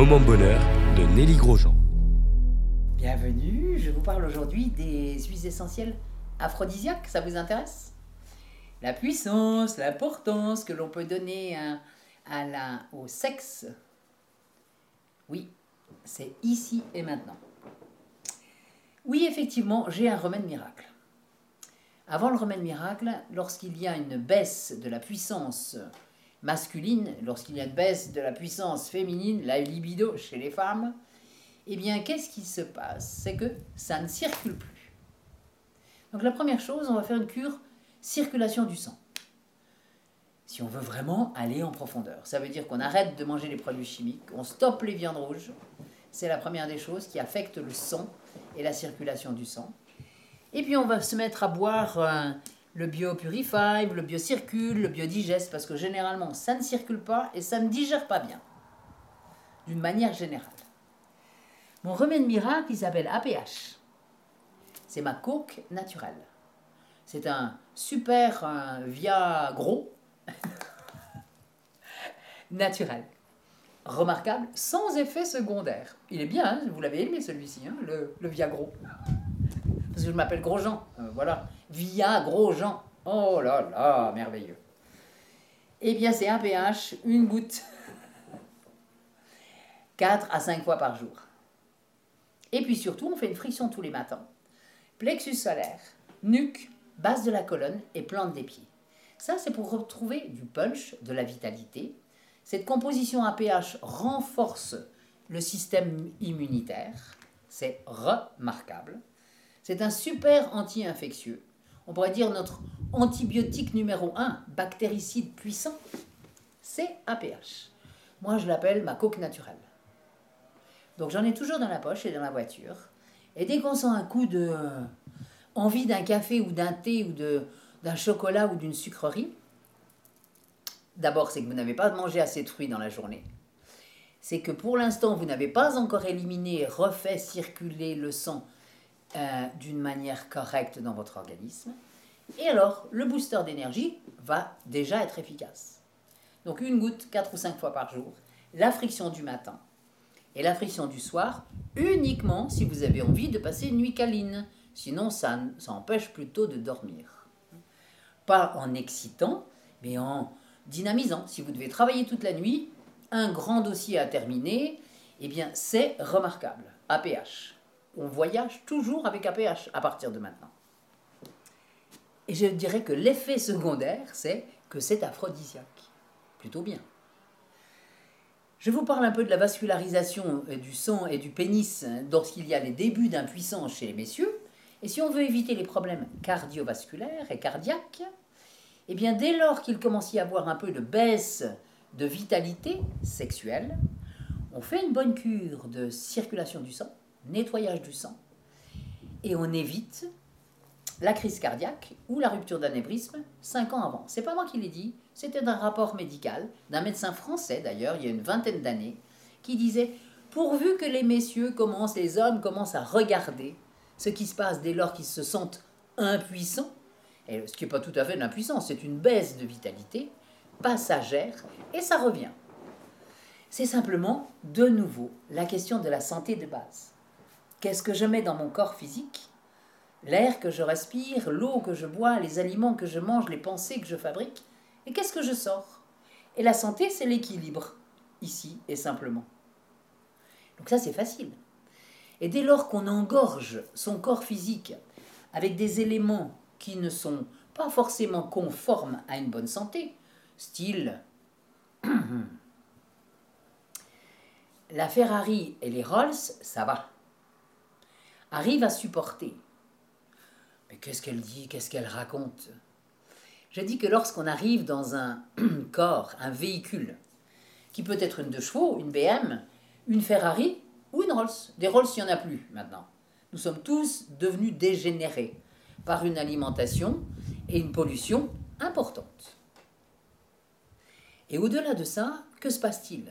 Moment de bonheur de Nelly Grosjean. Bienvenue, je vous parle aujourd'hui des huiles essentielles aphrodisiaques, ça vous intéresse? La puissance, l'importance que l'on peut donner au sexe. Oui, c'est ici et maintenant. Oui, effectivement, j'ai un remède miracle. Avant le remède miracle, lorsqu'il y a une baisse de la puissance masculine, lorsqu'il y a une baisse de la puissance féminine, la libido chez les femmes, eh bien, qu'est-ce qui se passe? C'est que ça ne circule plus. Donc la première chose, on va faire une cure circulation du sang. Si on veut vraiment aller en profondeur, ça veut dire qu'on arrête de manger les produits chimiques, on stoppe les viandes rouges. C'est la première des choses qui affecte le sang et la circulation du sang. Et puis on va se mettre à boire le BioPurify, le BioCircule, le BioDigest, parce que généralement ça ne circule pas et ça ne digère pas bien, d'une manière générale. Mon remède miracle, il s'appelle APH. C'est ma coke naturelle. C'est un super Viagro naturel. Remarquable, sans effet secondaire. Il est bien, hein, vous l'avez aimé celui-ci, hein, le Viagro. Parce que je m'appelle Grosjean, voilà. Grosjean. Oh là là, merveilleux. Eh bien, c'est APH, une goutte, 4 à 5 fois par jour. Et puis surtout, on fait une friction tous les matins. Plexus solaire, nuque, base de la colonne et plante des pieds. Ça, c'est pour retrouver du punch, de la vitalité. Cette composition APH renforce le système immunitaire. C'est remarquable. C'est un super anti-infectieux. On pourrait dire notre antibiotique numéro 1, bactéricide puissant, c'est APH. Moi, je l'appelle ma coke naturelle. Donc j'en ai toujours dans la poche et dans la voiture. Et dès qu'on sent un coup de envie d'un café ou d'un thé ou d'un chocolat ou d'une sucrerie, d'abord c'est que vous n'avez pas mangé assez de fruits dans la journée. C'est que pour l'instant vous n'avez pas encore éliminé et refait circuler le sang d'une manière correcte dans votre organisme. Et alors le booster d'énergie va déjà être efficace. Donc une goutte 4 ou 5 fois par jour, la friction du matin. Et la friction du soir, uniquement si vous avez envie de passer une nuit câline. Sinon, ça empêche plutôt de dormir. Pas en excitant, mais en dynamisant. Si vous devez travailler toute la nuit, un grand dossier à terminer, eh bien, c'est remarquable. APH. On voyage toujours avec APH à partir de maintenant. Et je dirais que l'effet secondaire, c'est que c'est aphrodisiaque. Plutôt bien. Je vous parle un peu de la vascularisation du sang et du pénis lorsqu'il y a les débuts d'impuissance chez les messieurs. Et si on veut éviter les problèmes cardiovasculaires et cardiaques, eh bien dès lors qu'il commence à y avoir un peu de baisse de vitalité sexuelle, on fait une bonne cure de circulation du sang, nettoyage du sang, et on évite la crise cardiaque ou la rupture d'anévrisme 5 ans avant. C'est pas moi qui l'ai dit, c'était un rapport médical d'un médecin français d'ailleurs, il y a une vingtaine d'années, qui disait « Pourvu que les les hommes commencent à regarder ce qui se passe dès lors qu'ils se sentent impuissants, et ce qui n'est pas tout à fait de l'impuissance, c'est une baisse de vitalité passagère, et ça revient. » C'est simplement, de nouveau, la question de la santé de base. Qu'est-ce que je mets dans mon corps physique ? L'air que je respire, l'eau que je bois, les aliments que je mange, les pensées que je fabrique. Et qu'est-ce que je sors? Et la santé, c'est l'équilibre, ici et simplement. Donc ça, c'est facile. Et dès lors qu'on engorge son corps physique avec des éléments qui ne sont pas forcément conformes à une bonne santé, style la Ferrari et les Rolls, ça va. Arrive à supporter. Mais qu'est-ce qu'elle dit? Qu'est-ce qu'elle raconte? Je dis que lorsqu'on arrive dans un corps, un véhicule, qui peut être une 2 chevaux, une BM, une Ferrari ou une Rolls. Des Rolls, il n'y en a plus maintenant. Nous sommes tous devenus dégénérés par une alimentation et une pollution importante. Et au-delà de ça, que se passe-t-il?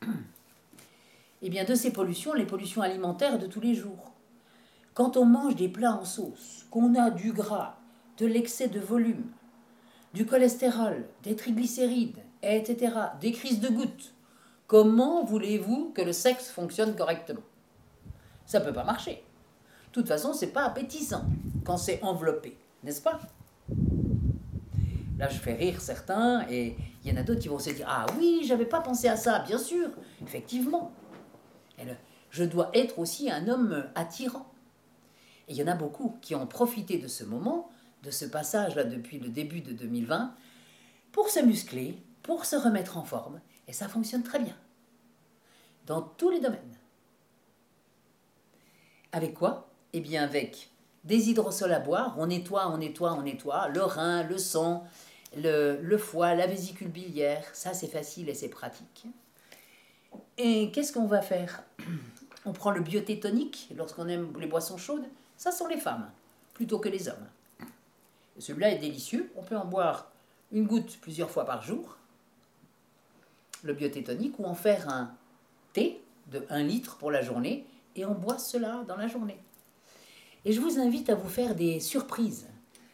Eh bien, de ces pollutions, les pollutions alimentaires de tous les jours. Quand on mange des plats en sauce, qu'on a du gras, de l'excès de volume, du cholestérol, des triglycérides, etc., des crises de gouttes, Comment voulez-vous que le sexe fonctionne correctement? Ça ne peut pas marcher. De toute façon, ce n'est pas appétissant quand c'est enveloppé, n'est-ce pas? Là, je fais rire certains et il y en a d'autres qui vont se dire « Ah oui, j'avais pas pensé à ça, bien sûr, effectivement. » Je dois être aussi un homme attirant. Et il y en a beaucoup qui ont profité de ce moment, de ce passage-là depuis le début de 2020, pour se muscler, pour se remettre en forme. Et ça fonctionne très bien. Dans tous les domaines. Avec quoi? Eh bien avec des hydrosols à boire, on nettoie, le rein, le sang, le foie, la vésicule biliaire, ça c'est facile et c'est pratique. Et qu'est-ce qu'on va faire? On prend le biotétonique lorsqu'on aime les boissons chaudes, ça sont les femmes, plutôt que les hommes. Celui-là est délicieux, on peut en boire une goutte plusieurs fois par jour, le biotétonique, ou en faire un thé de 1 litre pour la journée, et on boit cela dans la journée. Et je vous invite à vous faire des surprises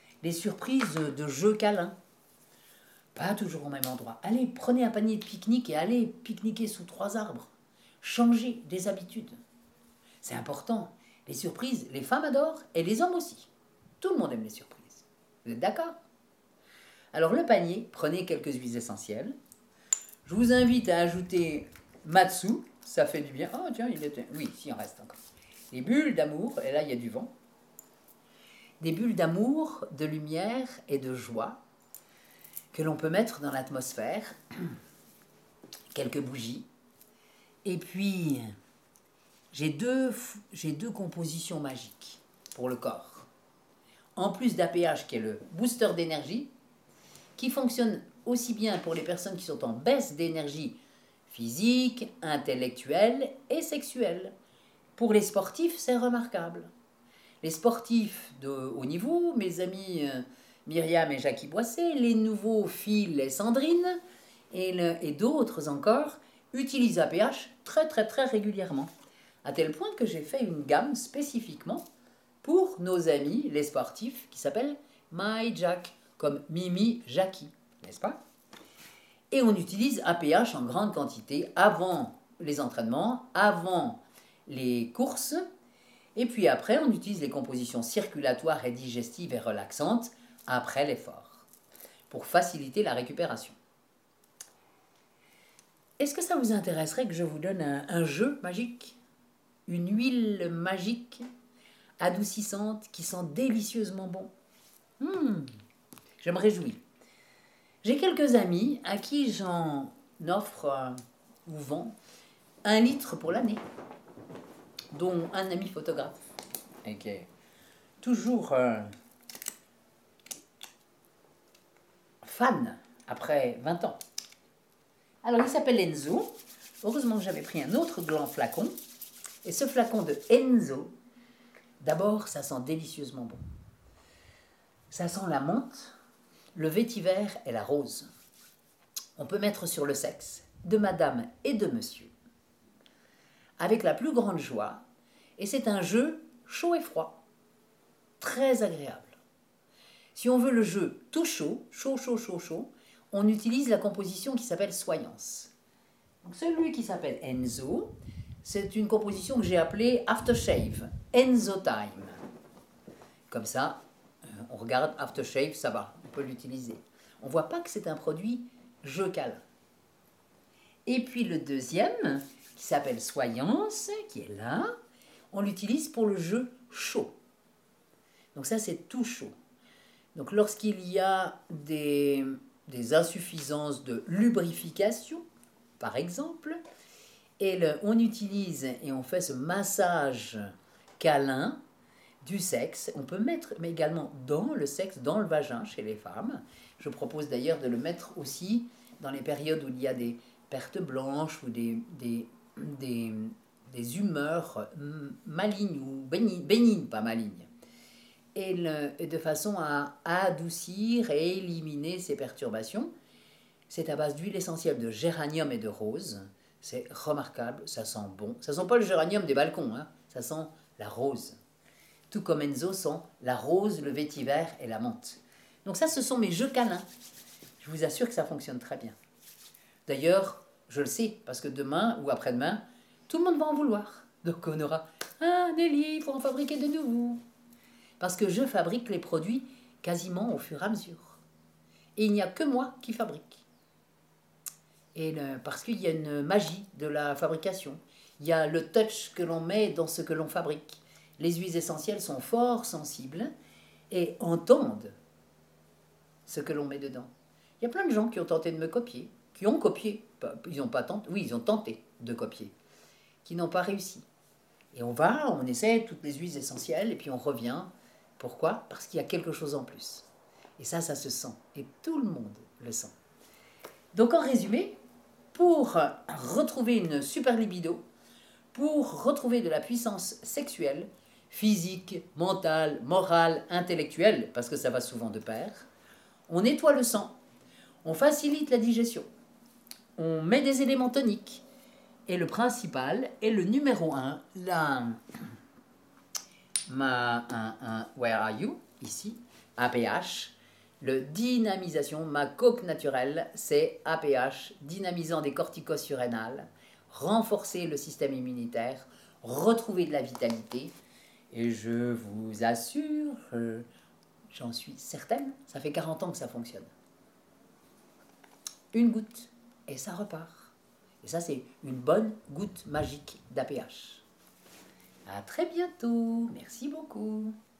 de jeux câlins. Pas toujours au même endroit. Allez, prenez un panier de pique-nique et allez pique-niquer sous 3 arbres. Changez des habitudes. C'est important. Les surprises, les femmes adorent et les hommes aussi. Tout le monde aime les surprises. Vous êtes d'accord? Alors le panier, prenez quelques huiles essentielles. Je vous invite à ajouter matsu, ça fait du bien. Oh tiens, oui, il en reste encore. Des bulles d'amour, et là il y a du vent. Des bulles d'amour, de lumière et de joie que l'on peut mettre dans l'atmosphère. Quelques bougies. Et puis, j'ai deux compositions magiques pour le corps. En plus d'APH, qui est le booster d'énergie, qui fonctionne aussi bien pour les personnes qui sont en baisse d'énergie physique, intellectuelle et sexuelle. Pour les sportifs, c'est remarquable. Les sportifs de haut niveau, mes amis Myriam et Jackie Boisset, les nouveaux Phil et Sandrine, et d'autres encore, utilisent APH très très très régulièrement. À tel point que j'ai fait une gamme spécifiquement pour nos amis, les sportifs, qui s'appelle My Jack, comme Mimi Jackie, n'est-ce pas? Et on utilise APH en grande quantité avant les entraînements, avant les courses, et puis après on utilise les compositions circulatoires et digestives et relaxantes après l'effort, pour faciliter la récupération. Est-ce que ça vous intéresserait que je vous donne un jeu magique? Une huile magique, adoucissante, qui sent délicieusement bon? Je me réjouis. J'ai quelques amis à qui j'en offre ou vends 1 litre pour l'année, dont un ami photographe, et qui est toujours fan après 20 ans. Alors il s'appelle Enzo. Heureusement que j'avais pris un autre grand flacon. Et ce flacon de Enzo, d'abord ça sent délicieusement bon. Ça sent la menthe, le vétiver et la rose. On peut mettre sur le sexe de madame et de monsieur, avec la plus grande joie, et c'est un jeu chaud et froid, très agréable. Si on veut le jeu tout chaud, chaud, on utilise la composition qui s'appelle Soyance. Donc celui qui s'appelle Enzo, c'est une composition que j'ai appelée Aftershave, Enzo Time. Comme ça, on regarde Aftershave, ça va, on peut l'utiliser. On ne voit pas que c'est un produit jeu câlin. Et puis le deuxième, qui s'appelle Soyance, qui est là, on l'utilise pour le jeu chaud. Donc ça, c'est tout chaud. Donc lorsqu'il y a des insuffisances de lubrification, par exemple, on utilise et on fait ce massage câlin du sexe. On peut mettre, mais également dans le sexe, dans le vagin chez les femmes. Je propose d'ailleurs de le mettre aussi dans les périodes où il y a des pertes blanches ou des humeurs malignes ou bénignes, pas malignes. Et de façon à adoucir et éliminer ces perturbations. C'est à base d'huile essentielle de géranium et de rose. C'est remarquable, ça sent bon. Ça sent pas le géranium des balcons, hein. Ça sent la rose. Tout comme Enzo sent la rose, le vétiver et la menthe. Donc ça, ce sont mes jeux câlins. Je vous assure que ça fonctionne très bien. D'ailleurs, je le sais, parce que demain ou après-demain, tout le monde va en vouloir. Donc on aura « Ah, Nelly, il faut en fabriquer de nouveaux !» Parce que je fabrique les produits quasiment au fur et à mesure. Et il n'y a que moi qui fabrique. Parce qu'il y a une magie de la fabrication. Il y a le touch que l'on met dans ce que l'on fabrique. Les huiles essentielles sont fort sensibles et entendent ce que l'on met dedans. Il y a plein de gens qui ont tenté de me copier, qui ont copié, ils n'ont pas tenté, oui, ils ont tenté de copier, qui n'ont pas réussi. Et on essaie toutes les huiles essentielles et puis on revient. Pourquoi? Parce qu'il y a quelque chose en plus. Et ça se sent. Et tout le monde le sent. Donc en résumé, pour retrouver une super libido, pour retrouver de la puissance sexuelle, physique, mentale, morale, intellectuelle, parce que ça va souvent de pair, on nettoie le sang, on facilite la digestion, on met des éléments toniques, et le principal est le numéro 1, where are you, ici, APH, le dynamisation, ma coque naturelle, c'est APH, dynamisant des corticosurrénales, renforcer le système immunitaire, retrouver de la vitalité, et je vous assure, j'en suis certaine, ça fait 40 ans que ça fonctionne. Une goutte, et ça repart. Et ça, c'est une bonne goutte magique d'APH. À très bientôt. Merci beaucoup.